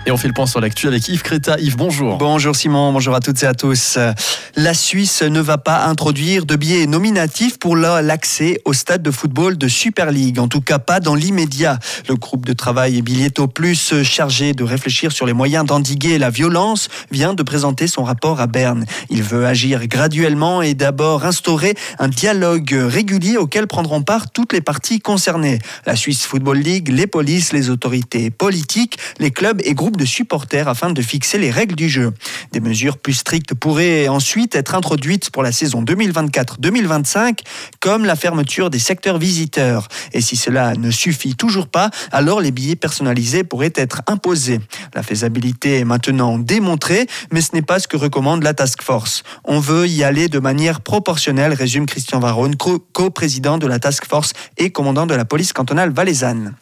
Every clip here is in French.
Et on fait le point sur l'actu avec Yves Créta. Yves, bonjour. Bonjour Simon, bonjour à toutes et à tous. La Suisse ne va pas introduire de billets nominatifs pour l'accès au stade de football de Super League. En tout cas pas dans l'immédiat. Le groupe de travail Billetto Plus, chargé de réfléchir sur les moyens d'endiguer la violence, vient de présenter son rapport à Berne. Il veut agir graduellement et d'abord instaurer un dialogue régulier auquel prendront part toutes les parties concernées. La Swiss Football League, les polices, les autorités politiques, les clubs et groupes de supporters afin de fixer les règles du jeu. Des mesures plus strictes pourraient ensuite être introduites pour la saison 2024-2025, comme la fermeture des secteurs visiteurs. Et si cela ne suffit toujours pas, alors les billets personnalisés pourraient être imposés. La faisabilité est maintenant démontrée, mais ce n'est pas ce que recommande la Task Force. On veut y aller de manière proportionnelle, résume Christian Varone, co-président de la Task Force et commandant de la police cantonale valaisanne.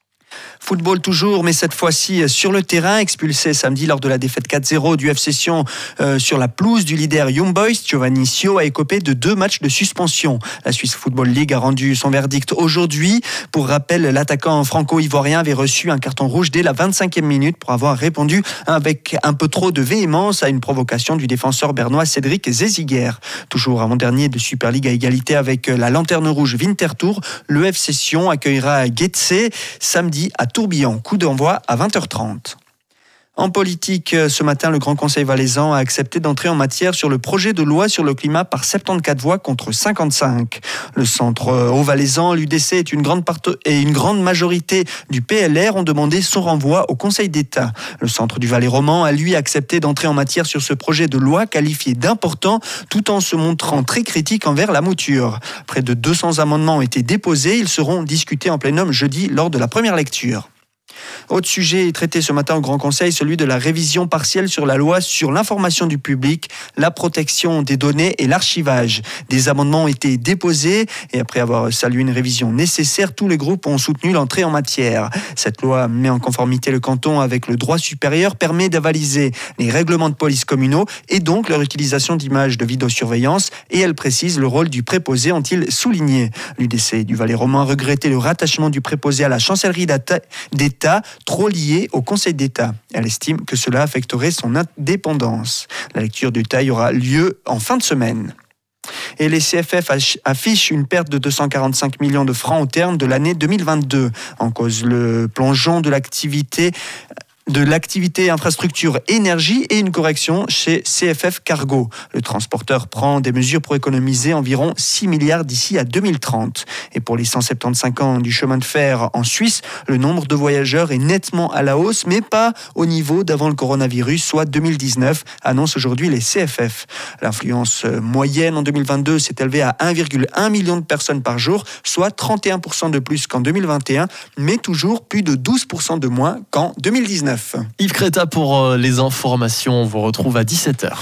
Football toujours, mais cette fois-ci sur le terrain, expulsé samedi lors de la défaite 4-0 du FC Sion sur la pelouse du leader Young Boys. Giovanni Sio a écopé de 2 matchs de suspension. La Swiss Football League a rendu son verdict aujourd'hui. Pour rappel, l'attaquant franco-ivoirien avait reçu un carton rouge dès la 25e minute pour avoir répondu avec un peu trop de véhémence à une provocation du défenseur bernois Cédric Zeziguer. Toujours avant-dernier de Super League à égalité avec la lanterne rouge Winterthur, le FC Sion accueillera Getse samedi à Tourbillon, coup d'envoi à 20h30. En politique, ce matin, le Grand Conseil valaisan a accepté d'entrer en matière sur le projet de loi sur le climat par 74 voix contre 55. Le centre haut-valaisan, l'UDC et une grande majorité du PLR ont demandé son renvoi au Conseil d'État. Le centre du Valais roman a lui accepté d'entrer en matière sur ce projet de loi qualifié d'important tout en se montrant très critique envers la mouture. Près de 200 amendements ont été déposés. Ils seront discutés en plénum jeudi lors de la première lecture. Autre sujet traité ce matin au Grand Conseil, celui de la révision partielle sur la loi sur l'information du public, la protection des données et l'archivage. Des amendements ont été déposés et après avoir salué une révision nécessaire, tous les groupes ont soutenu l'entrée en matière. Cette loi met en conformité le canton avec le droit supérieur, permet d'avaliser les règlements de police communaux et donc leur utilisation d'images de vidéosurveillance et elle précise le rôle du préposé, ont-ils souligné. L'UDC du Valais roman a regretté le rattachement du préposé à la chancellerie d'État, trop lié au Conseil d'État. Elle estime que cela affecterait son indépendance. La lecture du détail aura lieu en fin de semaine. Et les CFF affichent une perte de 245 millions de francs au terme de l'année 2022. En cause le plongeon de l'activité infrastructure énergie et une correction chez CFF Cargo. Le transporteur prend des mesures pour économiser environ 6 milliards d'ici à 2030. Et pour les 175 ans du chemin de fer en Suisse, le nombre de voyageurs est nettement à la hausse, mais pas au niveau d'avant le coronavirus, soit 2019, annoncent aujourd'hui les CFF. L'influence moyenne en 2022 s'est élevée à 1,1 million de personnes par jour, soit 31% de plus qu'en 2021, mais toujours plus de 12% de moins qu'en 2019. Yves Créta pour les informations, on vous retrouve à 17h.